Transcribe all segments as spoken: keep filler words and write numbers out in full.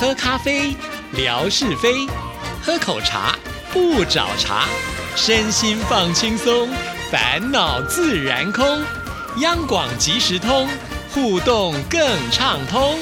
喝咖啡，聊是非；喝口茶，不找茬。身心放轻松，烦恼自然空。央广即时通，互动更畅通。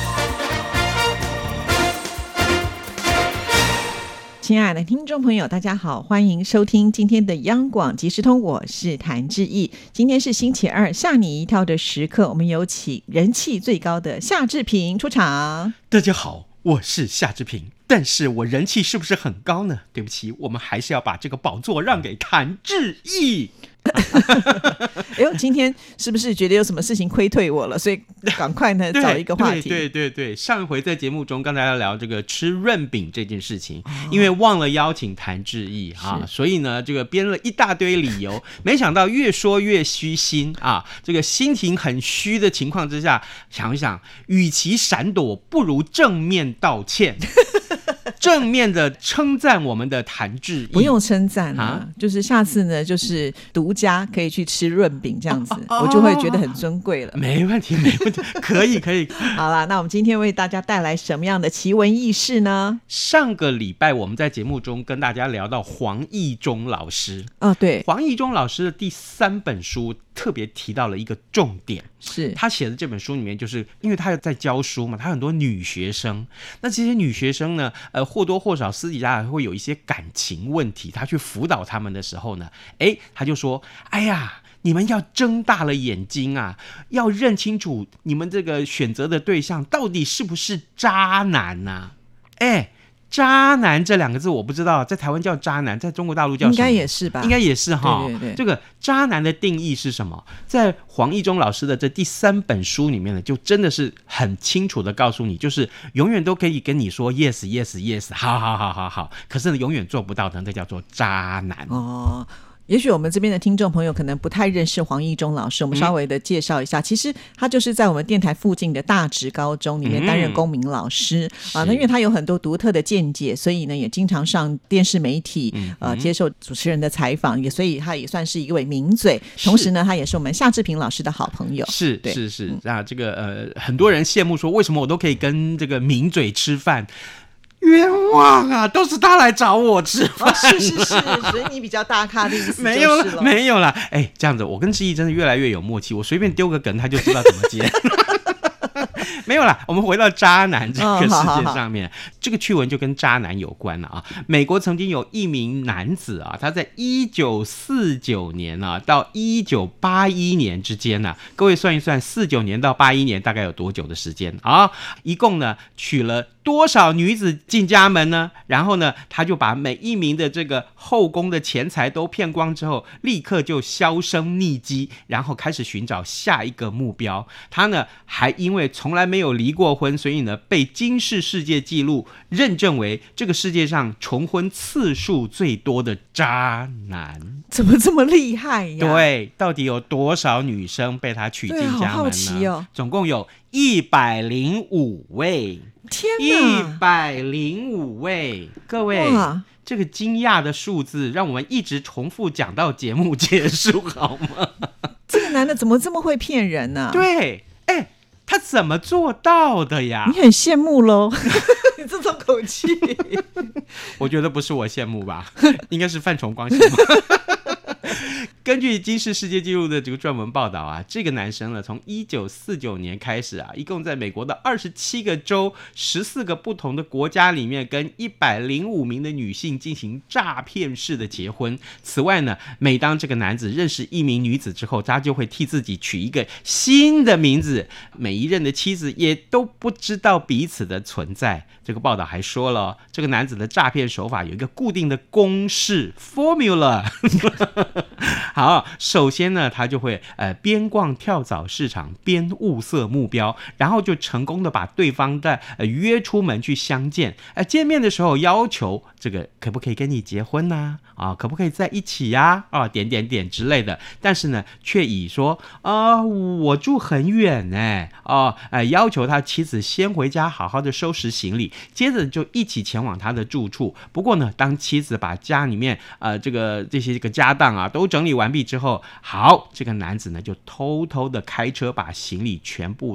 亲爱的听众朋友大家好，欢迎收听今天的央广即时通，我是谭志毅。今天是星期二，吓你一跳的时刻，我们有请人气最高的夏志平出场。 大家好，我是夏志平，但是我人气是不是很高呢？对不起，我们还是要把这个宝座让给谭志毅。 哎呦，今天是不是觉得有什么事情亏退我了？所以赶快呢找一个话题。 对对对对，上一回在节目中跟大家聊这个吃润饼这件事情，哦、因为忘了邀请谭志毅啊，所以呢这个编了一大堆理由，没想到越说越虚心啊，这个心情很虚的情况之下，想一想，与其闪躲，不如正面道歉。正面的称赞我们的谭志毅， 不用称赞啊，啊就是下次呢，就是独家可以去吃润饼这样子，哦、我就会觉得很尊贵了。 没问题，没问题，可以，可以。 好啦，那我们今天为大家带来什么样的奇闻异事呢？ 上个礼拜我们在节目中跟大家聊到黄义中老师， 哦，对， 黄义中老师的第三本书特别提到了一个重点， 是他写的这本书里面，就是因为他在教书嘛，他很多女学生，那这些女学生呢，呃，或多或少私底下会有一些感情问题，他去辅导他们的时候呢，哎，他就说，哎呀，你们要睁大了眼睛啊，要认清楚你们这个选择的对象到底是不是渣男啊。哎，渣男这两个字我不知道，在台湾叫渣男，在中国大陆叫什么？ 应该也是吧？ 应该也是哈。 对对对， 这个渣男的定义是什么？在黄义中老师的这第三本书里面呢，就真的是很清楚的告诉你，就是永远都可以跟你说 yes yes yes， 好好好好好，可是呢永远做不到的，那叫做渣男哦。 也许我们这边的听众朋友可能不太认识黄义中老师，我们稍微的介绍一下、嗯、其实他就是在我们电台附近的大直高中里面担任公民老师、嗯、啊，那因为他有很多独特的见解，所以呢也经常上电视媒体、嗯、呃接受主持人的采访，也所以他也算是一位名嘴，同时呢他也是我们夏志平老师的好朋友。 是是是、嗯、啊，这个呃很多人羡慕说为什么我都可以跟这个名嘴吃饭，冤枉啊，都是他来找我吃饭、哦、 是是是，所以你比较大咖的意思就是了。 没有了没有了，哎，这样子我跟志毅真的越来越有默契，我随便丢个梗他就知道怎么接。没有啦，我们回到渣男这个事件上面、哦、好好好，这个趣闻就跟渣男有关了啊。美国曾经有一名男子啊，他在一九四九年啊到一九八一年之间呢、啊，各位算一算，四九年到八一年大概有多久的时间啊？一共呢娶了多少女子进家门呢？然后呢，他就把每一名的这个后宫的钱财都骗光之后，立刻就销声匿迹，然后开始寻找下一个目标。他呢，还因为从来没有离过婚，所以呢，被金氏世界纪录认证为这个世界上重婚次数最多的渣男。 怎么这么厉害呀？ 对，到底有多少女生被他娶进家门呢？ 好好奇哦， 总共有一百零五位。 天哪， 一百零五位，各位，这个惊讶的数字让我们一直重复讲到节目结束好吗？ 这个男的怎么这么会骗人呢、啊？ 对，哎，他怎么做到的呀？ 你很羡慕咯。你这种口气我觉得不是我羡慕吧，应该是范崇光羡慕。根据金氏世界纪录的这个专门报道啊，这个男生呢，从一九四九年开始啊，一共在美国的二十七个州、十四个不同的国家里面，跟一百零五名的女性进行诈骗式的结婚。此外呢，每当这个男子认识一名女子之后，他就会替自己取一个新的名字，每一任的妻子也都不知道彼此的存在。这个报道还说了，这个男子的诈骗手法有一个固定的公式 formula。好，首先呢，他就会呃边逛跳蚤市场边物色目标，然后就成功的把对方的、呃、约出门去相见。呃，见面的时候要求这个可不可以跟你结婚呢、啊？啊，可不可以在一起呀、啊？啊，点点点之类的。但是呢，却以说啊，我住很远哎，哦、啊，呃，要求他妻子先回家好好的收拾行李，接着就一起前往他的住处。不过呢，当妻子把家里面呃这个这些这个家当啊都整理完毕之后，好，这个男子呢就偷偷的开车把行李全部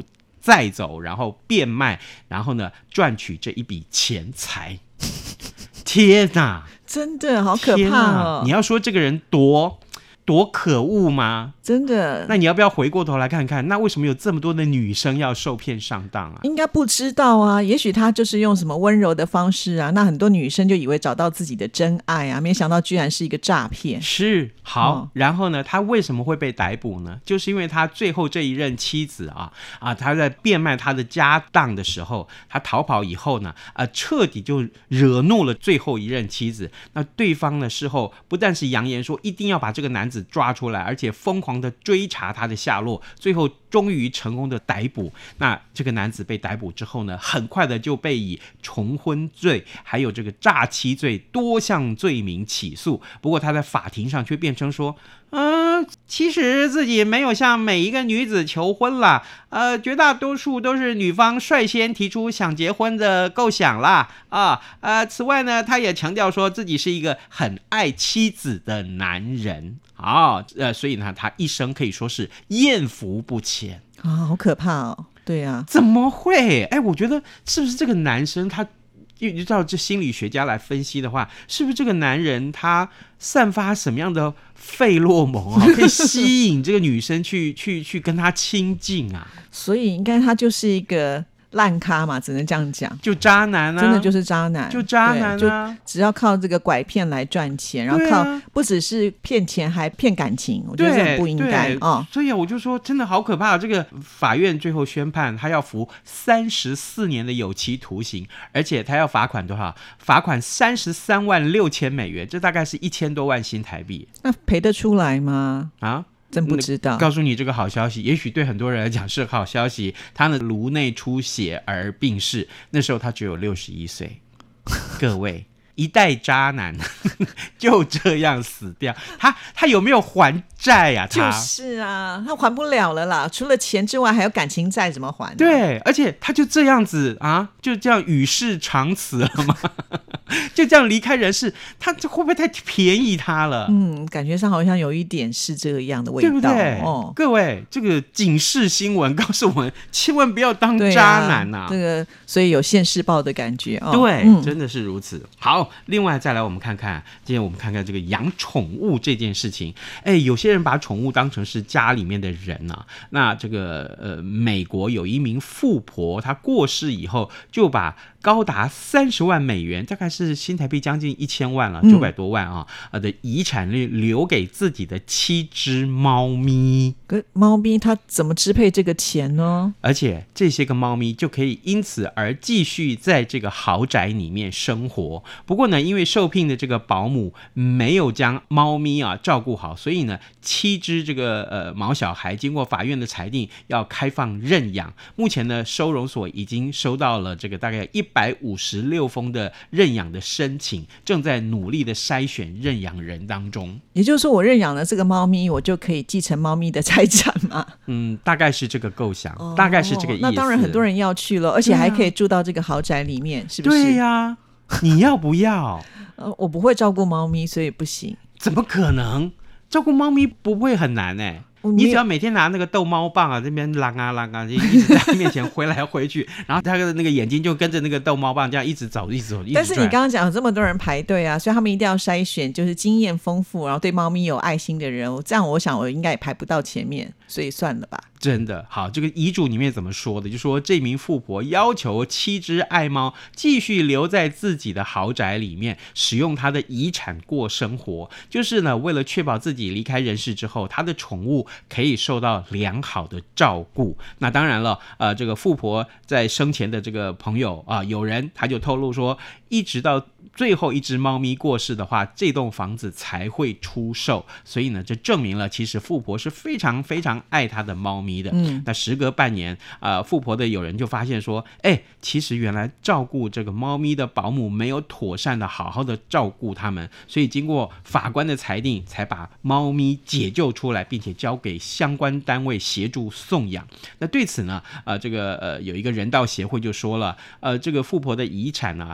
载走，然后变卖，然后呢赚取这一笔钱财。天哪， 真的好可怕哦！ 你要说这个人多多可恶吗？ 真的， 那你要不要回过头来看看，那为什么有这么多的女生要受骗上当啊？ 应该不知道啊，也许他就是用什么温柔的方式啊，那很多女生就以为找到自己的真爱啊，没想到居然是一个诈骗。 是，好、 哦， 然后呢，他为什么会被逮捕呢？就是因为他最后这一任妻子啊啊，他在变卖他的家当的时候，他逃跑以后呢，啊，彻底就惹怒了最后一任妻子。那对方呢，事后不但是扬言说一定要把这个男子抓出来，而且疯狂的追查他的下落，最后终于成功的逮捕。那这个男子被逮捕之后呢，很快的就被以重婚罪还有这个诈欺罪多项罪名起诉。不过他在法庭上却辩称说，嗯，其实自己没有向每一个女子求婚啦，呃，绝大多数都是女方率先提出想结婚的构想啦，啊，呃，此外呢，他也强调说自己是一个很爱妻子的男人，啊，呃，所以呢，他一生可以说是艳福不浅啊，好可怕哦！对啊， 怎么会？哎，我觉得是不是这个男生他？依照这心理学家来分析的话，是不是这个男人他散发什么样的费洛蒙啊，可以吸引这个女生去去去跟他亲近啊？ 所以应该他就是一个烂咖嘛，只能这样讲， 就渣男啊， 真的就是渣男， 就渣男啊， 就只要靠这个拐骗来赚钱，然后靠不只是骗钱还骗感情，我觉得这很不应该哦。 所以啊，我就说真的好可怕。这个法院最后宣判，他要服三十四年的有期徒刑，而且他要罚款多少？罚款三十三万六千美元，这大概是一千多万新台币。 那赔得出来吗？ 啊？ 真不知道。 告诉你这个好消息，也许对很多人来讲是好消息。他的颅内出血而病逝，那时候他只有六十一岁。各位，一代渣男就这样死掉，他他有没有还债呀、啊？他就是啊，他还不了了啦。除了钱之外，还有感情债怎么还、啊？ 对，而且他就这样子啊，就这样与世长辞了吗？就这样离开人世，他这会不会太便宜他了？ 嗯，感觉上好像有一点是这样的味道， 对不对？ 哦， 各位，这个警示新闻告诉我们，千万不要当渣男呐、啊！ 这个，所以有现世报的感觉哦。 对、 嗯， 真的是如此。好，另外再来我们看看，今天我们看看这个养宠物这件事情。哎，有些人把宠物当成是家里面的人啊。那这个呃，美国有一名富婆，她过世以后，就把高达三十万美元，大概是新台币将近一千万了，九百多万啊，呃的遗产留给自己的七只猫咪。 可猫咪它怎么支配这个钱呢？ 而且这些个猫咪就可以因此而继续在这个豪宅里面生活。不过呢，因为受聘的这个保姆没有将猫咪啊照顾好，所以呢，七只这个呃毛小孩经过法院的裁定要开放认养。目前呢，收容所已经收到了这个大概一百五十六封的认养的申请，正在努力的筛选认养人当中。 也就是说，我认养了这个猫咪，我就可以继承猫咪的财产吗？ 嗯，大概是这个构想，哦、大概是这个意思。 那当然很多人要去了，而且还可以住到这个豪宅里面，是不是？ 对呀、啊，你要不要？ 呃，我不会照顾猫咪，所以不行。 怎么可能？照顾猫咪不会很难哎、欸。你只要每天拿那个逗猫棒啊，这边啷啊啷啊，就一直在他面前回来回去，然后他的那个眼睛就跟着那个逗猫棒这样一直走，一直走，一直转。 但是你刚刚讲有这么多人排队啊，所以他们一定要筛选就是经验丰富，然后对猫咪有爱心的人。这样我想我应该也排不到前面，所以算了吧。 真的好，这个遗嘱里面怎么说的？就说这名富婆要求七只爱猫继续留在自己的豪宅里面，使用她的遗产过生活。就是呢，为了确保自己离开人世之后，她的宠物可以受到良好的照顾。那当然了，呃，这个富婆在生前的这个朋友啊、呃，有人他就透露说，一直到最后一只猫咪过世的话，这栋房子才会出售。所以呢，这证明了其实富婆是非常非常爱她的猫咪的。嗯，那时隔半年，呃，富婆的友人就发现说，哎，其实原来照顾这个猫咪的保姆没有妥善的好好的照顾他们，所以经过法官的裁定，才把猫咪解救出来，并且交给相关单位协助送养。那对此呢，呃，这个呃有一个人道协会就说了，呃，这个富婆的遗产啊，呃，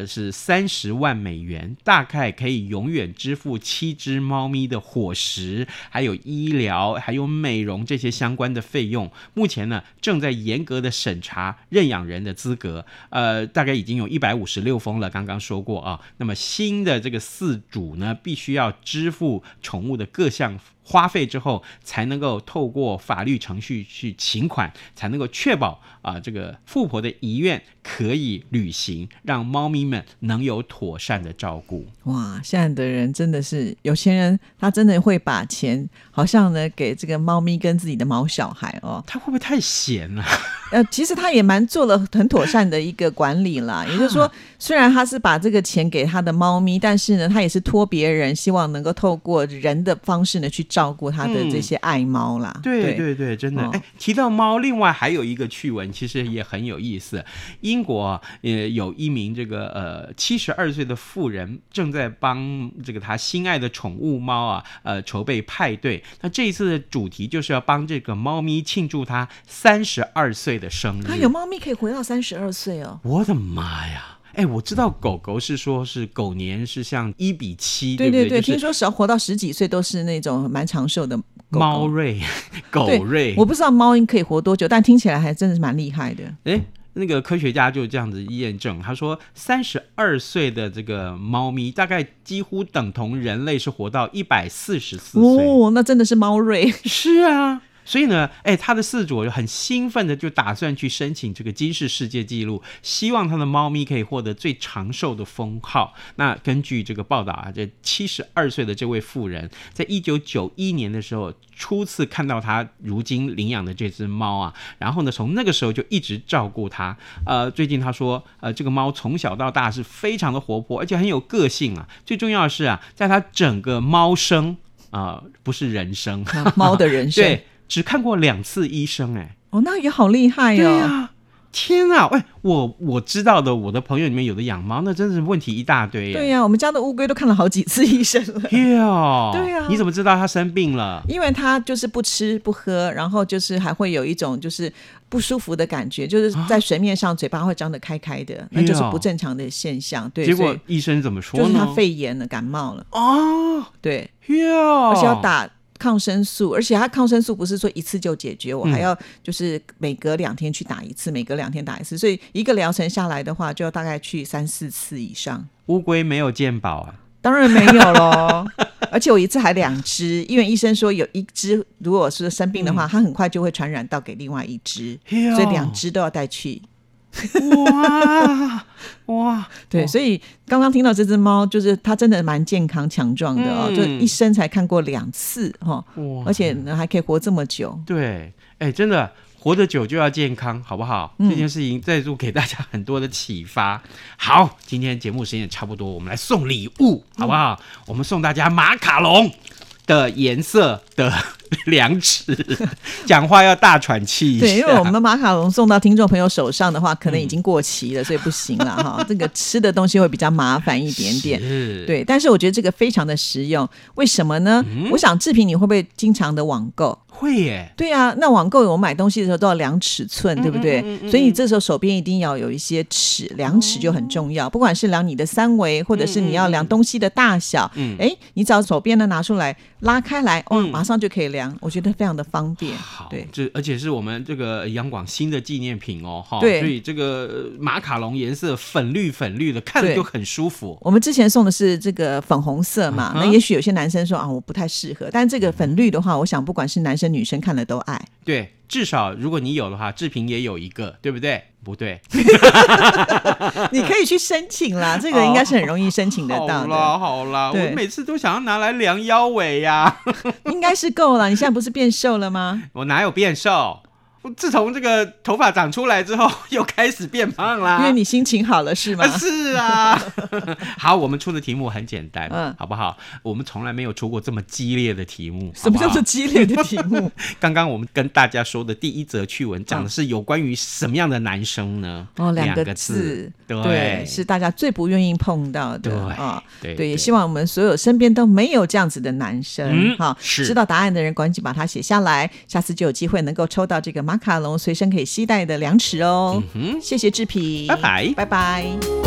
呢是三十万美元，大概可以永远支付七只猫咪的伙食，还有医疗，还有美容这些相关的费用。目前呢正在严格的审查认养人的资格，呃，大概已经有一百五十六封了，刚刚说过啊。那么新的这个饲主呢，必须要支付宠物的各项花费之后，才能够透过法律程序去请款，才能够确保啊这个富婆的遗愿可以履行，让猫咪们能有妥善的照顾。 哇，现在的人真的是有钱人，他真的会把钱好像呢给这个猫咪跟自己的毛小孩哦。 他会不会太闲了？ 呃，其实他也蛮做了很妥善的一个管理啦。也就是说，虽然他是把这个钱给他的猫咪，但是呢，他也是托别人，希望能够透过人的方式呢去照顾他的这些爱猫啦。 嗯、对对 对, 对，真的。哎、哦，提到猫，另外还有一个趣闻，其实也很有意思。英国呃有一名这个呃七十二岁的妇人，正在帮这个他心爱的宠物猫啊呃筹备派对。那这一次的主题就是要帮这个猫咪庆祝他三十二岁的生日。 他有猫咪可以活到三十二岁哦！ 我的妈呀！哎，我知道狗狗是说是狗年是像一比七， 对对对， 对不对？就是、 听说只要活到十几岁都是那种蛮长寿的狗狗猫瑞、狗瑞。 我不知道猫可以活多久，但听起来还真的是蛮厉害的。 哎。那个科学家就这样子验证，他说三十二岁的这个猫咪大概几乎等同人类是活到一百四十四岁。 哦，那真的是猫瑞。 是啊。所以呢，哎，他的饲主很兴奋的就打算去申请这个金氏世界纪录，希望他的猫咪可以获得最长寿的封号。那根据这个报道啊，这七十二岁的这位妇人，在一九九一年的时候初次看到他如今领养的这只猫啊，然后呢，从那个时候就一直照顾它。呃，最近他说，呃，这个猫从小到大是非常的活泼，而且很有个性啊。最重要的是啊，在它整个猫生啊、呃，不是人生， 啊、猫的人生对。只看过两次医生。哎， 哦，那也好厉害哦！ 对啊，天啊！哎，我我知道的，我的朋友里面有的养猫，那真是问题一大堆。 对呀、啊，我们家的乌龟都看了好几次医生了。 Yeah, 对呀、啊， 你怎么知道它生病了？ 因为它就是不吃不喝，然后就是还会有一种就是不舒服的感觉，就是在水面上嘴巴会张得开开的，啊、那就是不正常的现象。对， 结果医生怎么说呢？ 就是它肺炎了，感冒了。 哦， 对， Yeah, 而且要打抗生素，而且它抗生素不是说一次就解决，我还要就是每隔两天去打一次、嗯、每隔两天打一次，所以一个疗程下来的话就大概去三四次以上。 乌龟没有健保啊？ 当然没有咯而且我一次还两只，因为医生说有一只如果是生病的话、嗯、它很快就会传染到给另外一只、哦、所以两只都要带去。哇哇，对，所以刚刚听到这只猫，就是它真的蛮健康强壮的哦，嗯、就一生才看过两次哈、哦，而且呢还可以活这么久。 对，哎，真的活得久就要健康，好不好？嗯、这件事情再度给大家很多的启发。好，今天节目时间也差不多，我们来送礼物，好不好？嗯、我们送大家马卡龙的颜色的量尺，讲话要大喘气一下。 对，因为我们马卡龙送到听众朋友手上的话，可能已经过期了，嗯、所以不行了哈。这个吃的东西会比较麻烦一点点。对，但是我觉得这个非常的实用。为什么呢？嗯、我想志平你会不会经常的网购？ 会耶。 对啊，那网购我买东西的时候都要量尺寸，对不对？嗯嗯嗯嗯、所以你这时候手边一定要有一些尺，量尺就很重要。哦、不管是量你的三围，或者是你要量东西的大小，嗯，哎，你只要手边呢拿出来拉开来，哦，嗯、马上就可以量，我觉得非常的方便。 好， 对， 这而且是我们这个央广新的纪念品哦，哈， 对， 所以这个马卡龙颜色粉绿粉绿的，看着就很舒服。 我们之前送的是这个粉红色嘛，嗯、那也许有些男生说啊，我不太适合，但这个粉绿的话，我想不管是男生女生看了都爱。 对，至少如果你有的话，志平也有一个，对不对？不对， 你可以去申请啦，这个应该是很容易申请得到的。 好啦好啦，我每次都想要拿来量腰围呀、啊， 应该是够了。你现在不是变瘦了吗？ 我哪有变瘦？自从这个头发长出来之后又开始变胖啦。 因为你心情好了是吗？ 是啊。好，我们出的题目很简单、嗯、好不好？我们从来没有出过这么激烈的题目。 什么叫做激烈的题目？ 刚刚我们跟大家说的第一则趣闻讲的是有关于什么样的男生呢？ 哦，两个字， 对， 对，是大家最不愿意碰到的。 对、 哦、 对, 对，也希望我们所有身边都没有这样子的男生、嗯哦、知道答案的人赶紧把它写下来，下次就有机会能够抽到这个马卡龙随身可以携带的量尺哦。嗯、谢谢志平， 拜拜， 拜拜。